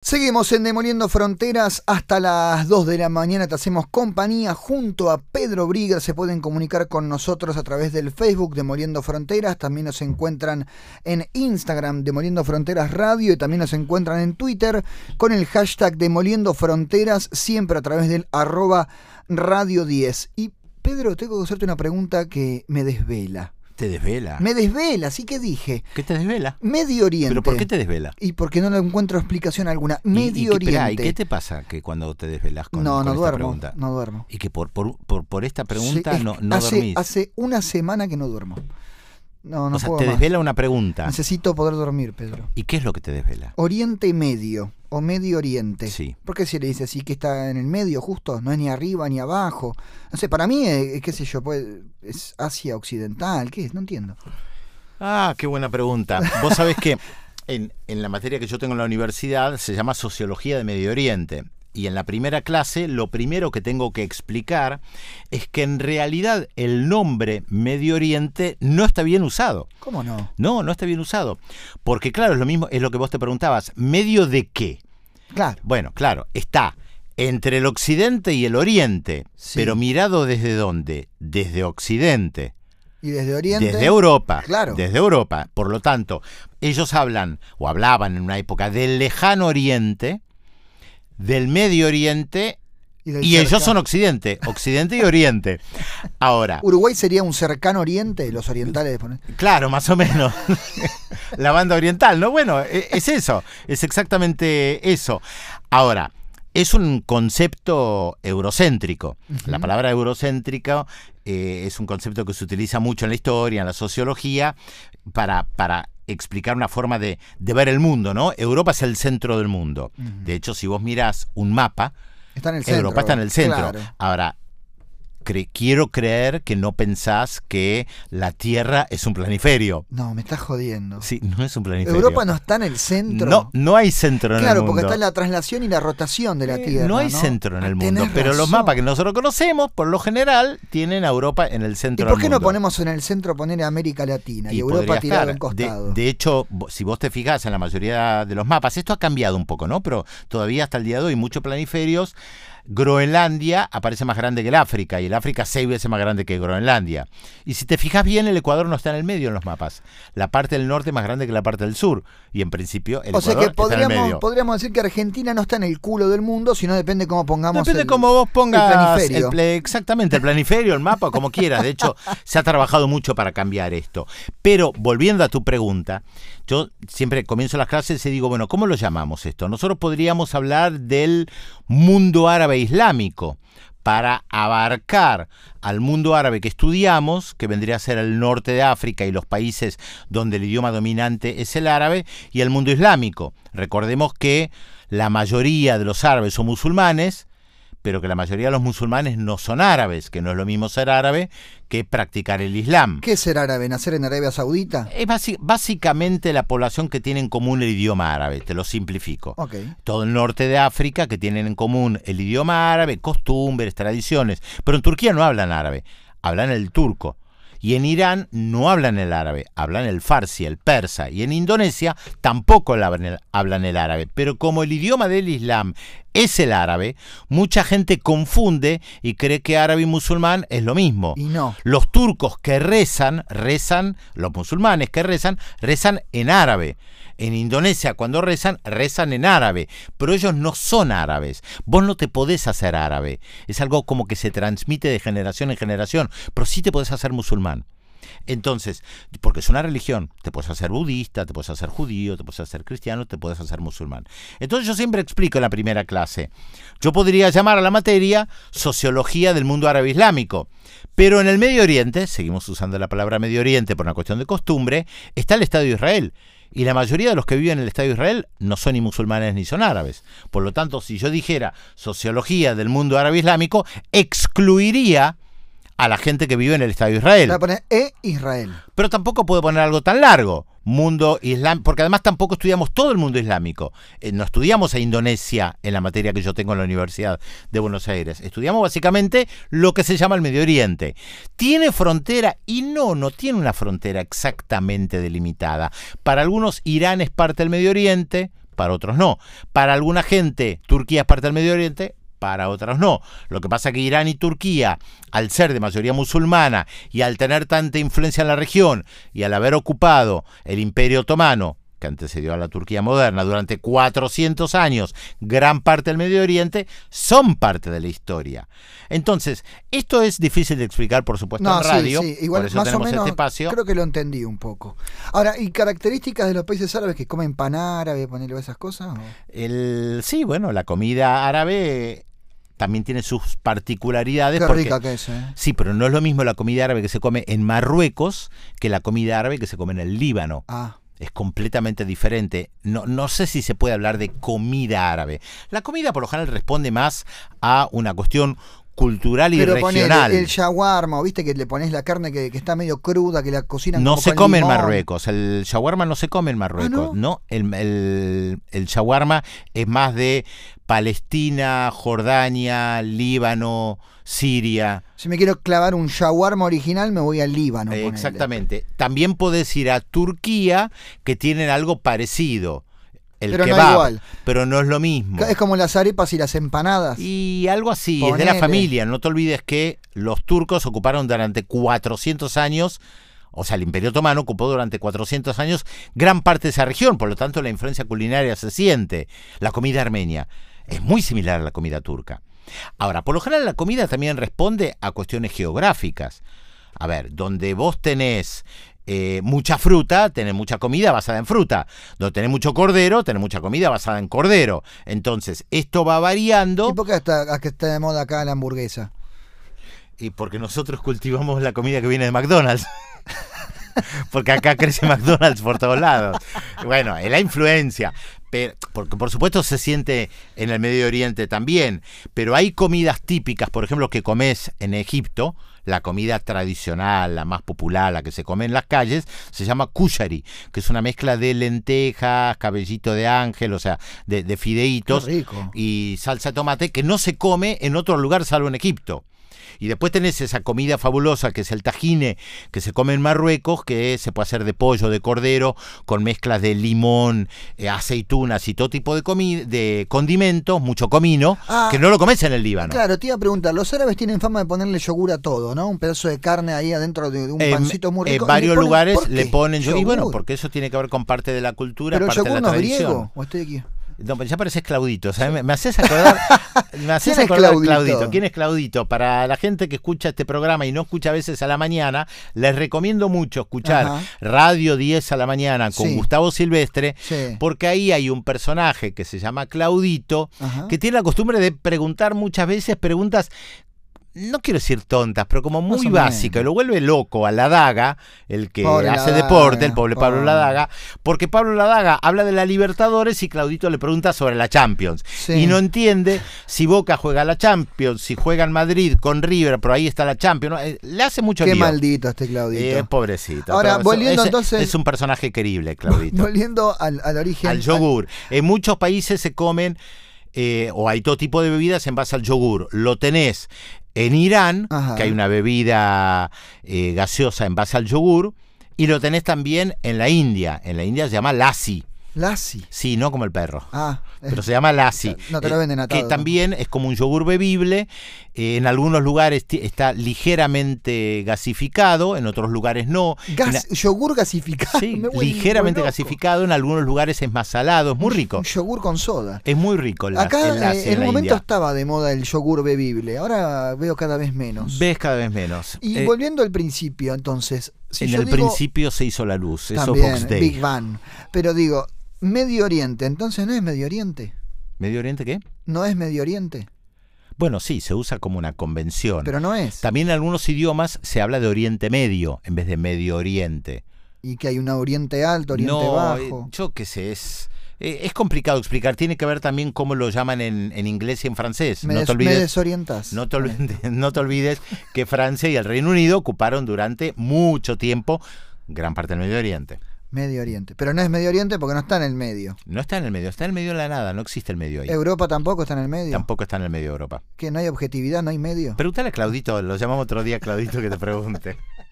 Seguimos en Demoliendo Fronteras hasta las 2 de la mañana. Te hacemos compañía junto a Pedro Brigger. Se pueden comunicar con nosotros a través del Facebook Demoliendo Fronteras. También nos encuentran en Instagram Demoliendo Fronteras Radio y también nos encuentran en Twitter con el hashtag Demoliendo Fronteras, siempre a través del @Radio10. Y Pedro, tengo que hacerte una pregunta que me desvela. ¿Te desvela? Me desvela, ¿sí que dije? ¿Qué te desvela? Medio Oriente. ¿Pero por qué te desvela? Y porque no le encuentro explicación alguna. Medio Oriente. ¿Y qué te pasa que cuando te desvelas con no esta duermo, pregunta? No duermo. Y que por esta pregunta Sí, no hace, dormís. Hace una semana que no duermo. No o sea, puedo te más. desvela una pregunta. Necesito poder dormir, Pedro. ¿Y qué es lo que te desvela? Oriente Medio o Medio Oriente. Sí. ¿Por qué se le dice así? Que está en el medio justo, no es ni arriba ni abajo. No sé, para mí, qué sé yo, pues, es Asia Occidental, ¿qué es? No entiendo. Ah, qué buena pregunta. Vos sabés que en la materia que yo tengo en la universidad se llama Sociología de Medio Oriente. Y en la primera clase lo primero que tengo que explicar es que en realidad el nombre Medio Oriente no está bien usado. ¿Cómo no? No está bien usado. Porque claro, es lo mismo, es lo que vos te preguntabas. ¿Medio de qué? Claro. Bueno, claro, está entre el Occidente y el Oriente. Sí. Pero mirado ¿desde dónde? Desde Occidente. ¿Y desde Oriente? Desde Europa. Claro. Desde Europa. Por lo tanto, ellos hablan o hablaban en una época del lejano Oriente, del Medio Oriente y ellos son Occidente y Oriente. Ahora, ¿Uruguay sería un cercano Oriente? Los orientales. Claro, más o menos. La banda oriental, ¿no? Bueno, es eso, es exactamente eso. Ahora, es un concepto eurocéntrico. La palabra eurocéntrico es un concepto que se utiliza mucho en la historia, en la sociología, para explicar una forma de ver el mundo, ¿no? Europa es el centro del mundo. De hecho, si vos mirás un mapa, está en el centro, Europa está en el centro. Claro. Ahora, quiero creer que no pensás que la Tierra es un planiferio. No, me estás jodiendo. Sí, no es un planiferio. ¿Europa no está en el centro? No hay centro en el mundo. Claro, porque está la traslación y la rotación de la Tierra. No hay centro en el mundo, pero los mapas que nosotros conocemos, por lo general, tienen a Europa en el centro del mundo. ¿Y por qué no ponemos en el centro poner a América Latina y Europa tirada al costado? De hecho, si vos te fijás en la mayoría de los mapas, esto ha cambiado un poco, ¿no? Pero todavía hasta el día de hoy, muchos planiferios. Groenlandia aparece más grande que el África y el África 6 veces más grande que Groenlandia. Y si te fijas bien, el Ecuador no está en el medio en los mapas. La parte del norte es más grande que la parte del sur y en principio el Ecuador está en el medio. Podríamos decir que Argentina no está en el culo del mundo, sino depende cómo pongamos Depende cómo vos pongas el planiferio. Exactamente, el planiferio, el mapa, como quieras. De hecho, se ha trabajado mucho para cambiar esto. Pero volviendo a tu pregunta, yo siempre comienzo las clases y digo, bueno, ¿cómo lo llamamos esto? Nosotros podríamos hablar del mundo árabe islámico para abarcar al mundo árabe que estudiamos, que vendría a ser el norte de África y los países donde el idioma dominante es el árabe, y el mundo islámico. Recordemos que la mayoría de los árabes son musulmanes, pero que la mayoría de los musulmanes no son árabes, que no es lo mismo ser árabe que practicar el Islam. ¿Qué es ser árabe? ¿Nacer en Arabia Saudita? Es básicamente la población que tiene en común el idioma árabe, te lo simplifico. Okay. Todo el norte de África que tienen en común el idioma árabe, costumbres, tradiciones. Pero en Turquía no hablan árabe, hablan el turco. Y en Irán no hablan el árabe, hablan el farsi, el persa. Y en Indonesia tampoco hablan el árabe. Pero como el idioma del Islam es el árabe, mucha gente confunde y cree que árabe y musulmán es lo mismo. Y no. Los turcos que rezan, los musulmanes que rezan en árabe. En Indonesia, cuando rezan en árabe, pero ellos no son árabes. Vos no te podés hacer árabe. Es algo como que se transmite de generación en generación, pero sí te podés hacer musulmán. Entonces, porque es una religión, te puedes hacer budista, te puedes hacer judío, te puedes hacer cristiano, te puedes hacer musulmán. Entonces yo siempre explico en la primera clase, yo podría llamar a la materia Sociología del mundo árabe islámico, pero en el Medio Oriente, seguimos usando la palabra Medio Oriente por una cuestión de costumbre, está el Estado de Israel. Y la mayoría de los que viven en el Estado de Israel no son ni musulmanes ni son árabes. Por lo tanto, si yo dijera Sociología del mundo árabe islámico, excluiría a la gente que vive en el Estado de Israel. Voy a poner Israel. Pero tampoco puedo poner algo tan largo. Mundo islámico, porque además tampoco estudiamos todo el mundo islámico. No estudiamos a Indonesia en la materia que yo tengo en la Universidad de Buenos Aires. Estudiamos básicamente lo que se llama el Medio Oriente. ¿Tiene frontera? Y no tiene una frontera exactamente delimitada. Para algunos Irán es parte del Medio Oriente, para otros no. Para alguna gente, Turquía es parte del Medio Oriente, para otros no. Lo que pasa es que Irán y Turquía, al ser de mayoría musulmana y al tener tanta influencia en la región y al haber ocupado el Imperio Otomano, que antecedió a la Turquía moderna, durante 400 años, gran parte del Medio Oriente, son parte de la historia. Entonces, esto es difícil de explicar, por supuesto, en radio, sí. Igual, por eso más tenemos o menos, este espacio. creo que lo entendí un poco. Ahora, ¿y características de los países árabes que comen pan árabe, ponerle esas cosas? Sí, bueno, la comida árabe también tiene sus particularidades. Qué porque, rica que es, ¿eh? Sí, pero no es lo mismo la comida árabe que se come en Marruecos que la comida árabe que se come en el Líbano. Es completamente diferente. No sé si se puede hablar de comida árabe. La comida por lo general responde más a una cuestión cultural y regional. Ponele, el shawarma, viste que le pones la carne que está medio cruda, que la cocinan no como se con come limón. en Marruecos. El shawarma no se come en Marruecos. ¿no? El shawarma es más de Palestina, Jordania, Líbano, Siria. Si me quiero clavar un shawarma original, me voy al Líbano. Exactamente. También podés ir a Turquía, que tienen algo parecido. El pero kebab, no es igual. Pero no es lo mismo. Es como las arepas y las empanadas. Y algo así, es de la familia. No te olvides que los turcos ocuparon durante 400 años, o sea, el Imperio Otomano ocupó durante 400 años gran parte de esa región, por lo tanto la influencia culinaria se siente. La comida armenia es muy similar a la comida turca. Ahora, por lo general la comida también responde a cuestiones geográficas. A ver, donde vos tenés mucha fruta, tenés mucha comida basada en fruta. Donde tenés mucho cordero, tenés mucha comida basada en cordero. Entonces, esto va variando. ¿Y por qué está de moda acá la hamburguesa? Y porque nosotros cultivamos la comida que viene de McDonald's. Porque acá crece McDonald's por todos lados. Bueno, es la influencia. Porque por supuesto se siente en el Medio Oriente también. Pero hay comidas típicas, por ejemplo, que comés en Egipto. La comida tradicional, la más popular, la que se come en las calles, se llama kushari, que es una mezcla de lentejas, cabellito de ángel, o sea, de fideitos y salsa de tomate, que no se come en otro lugar salvo en Egipto. Y después tenés esa comida fabulosa que es el tajine, que se come en Marruecos, que se puede hacer de pollo, de cordero, con mezclas de limón, aceitunas y todo tipo de condimentos, mucho comino, que no lo comes en el Líbano. Claro, te iba a preguntar, los árabes tienen fama de ponerle yogur a todo, ¿no? Un pedazo de carne ahí adentro de un pancito muy rico. En varios lugares le ponen yogur. Y bueno, porque eso tiene que ver con parte de la cultura, pero parte de la tradición. ¿Pero el yogur no es griego? ¿O estoy aquí? No, pero ya pareces Claudito, ¿sabes? Me haces acordar. Claudito. ¿Quién es Claudito? Para la gente que escucha este programa y no escucha a veces a la mañana, les recomiendo mucho escuchar Radio 10 a la mañana con Gustavo Silvestre, porque ahí hay un personaje que se llama Claudito, que tiene la costumbre de preguntar muchas veces preguntas, no quiero decir tontas, pero como muy básica, y lo vuelve loco a Ladaga, el que hace deporte, el pobre Pablo Ladaga, porque Pablo Ladaga habla de la Libertadores y Claudito le pregunta sobre la Champions, y no entiende si Boca juega la Champions, si juega en Madrid con River, pero ahí está la Champions, le hace mucho lío. Qué maldito este Claudito. Pobrecito. Ahora, volviendo entonces... Es un personaje querible, Claudito. Volviendo al origen... Al yogur. En muchos países se comen... o hay todo tipo de bebidas en base al yogur. Lo tenés en Irán, que hay una bebida gaseosa en base al yogur, y lo tenés también en la India. En la India se llama lassi. ¿Lassi? Sí, no como el perro. Pero se llama lassi. No te lo venden atado. Que también es como un yogur bebible. En algunos lugares está ligeramente gasificado, en otros lugares no. ¿Yogur gasificado? Sí, ligeramente gasificado. En algunos lugares es más salado, es muy rico. Un yogur con soda. Es muy rico. Acá en un momento estaba de moda el yogur bebible. Ahora veo cada vez menos. Ves cada vez menos. Y volviendo al principio, entonces... en el principio se hizo la luz. También, eso Box Day. Big Bang. Pero digo, Medio Oriente, entonces no es Medio Oriente. ¿Medio Oriente qué? ¿No es Medio Oriente? Bueno, sí, se usa como una convención. Pero no es. También en algunos idiomas se habla de Oriente Medio en vez de Medio Oriente. ¿Y que hay un Oriente Alto, Oriente Bajo? Yo qué sé, es complicado explicar. Tiene que ver también cómo lo llaman en inglés y en francés. Me desorientas. No te olvides que Francia y el Reino Unido ocuparon durante mucho tiempo gran parte del Medio Oriente. Medio Oriente. Pero no es Medio Oriente porque no está en el medio. No está en el medio, está en el medio de la nada, no existe el medio ahí. ¿Europa tampoco está en el medio? Tampoco está en el medio de Europa. ¿Que no hay objetividad, no hay medio? Pregúntale a Claudito, lo llamamos otro día Claudito que te pregunte.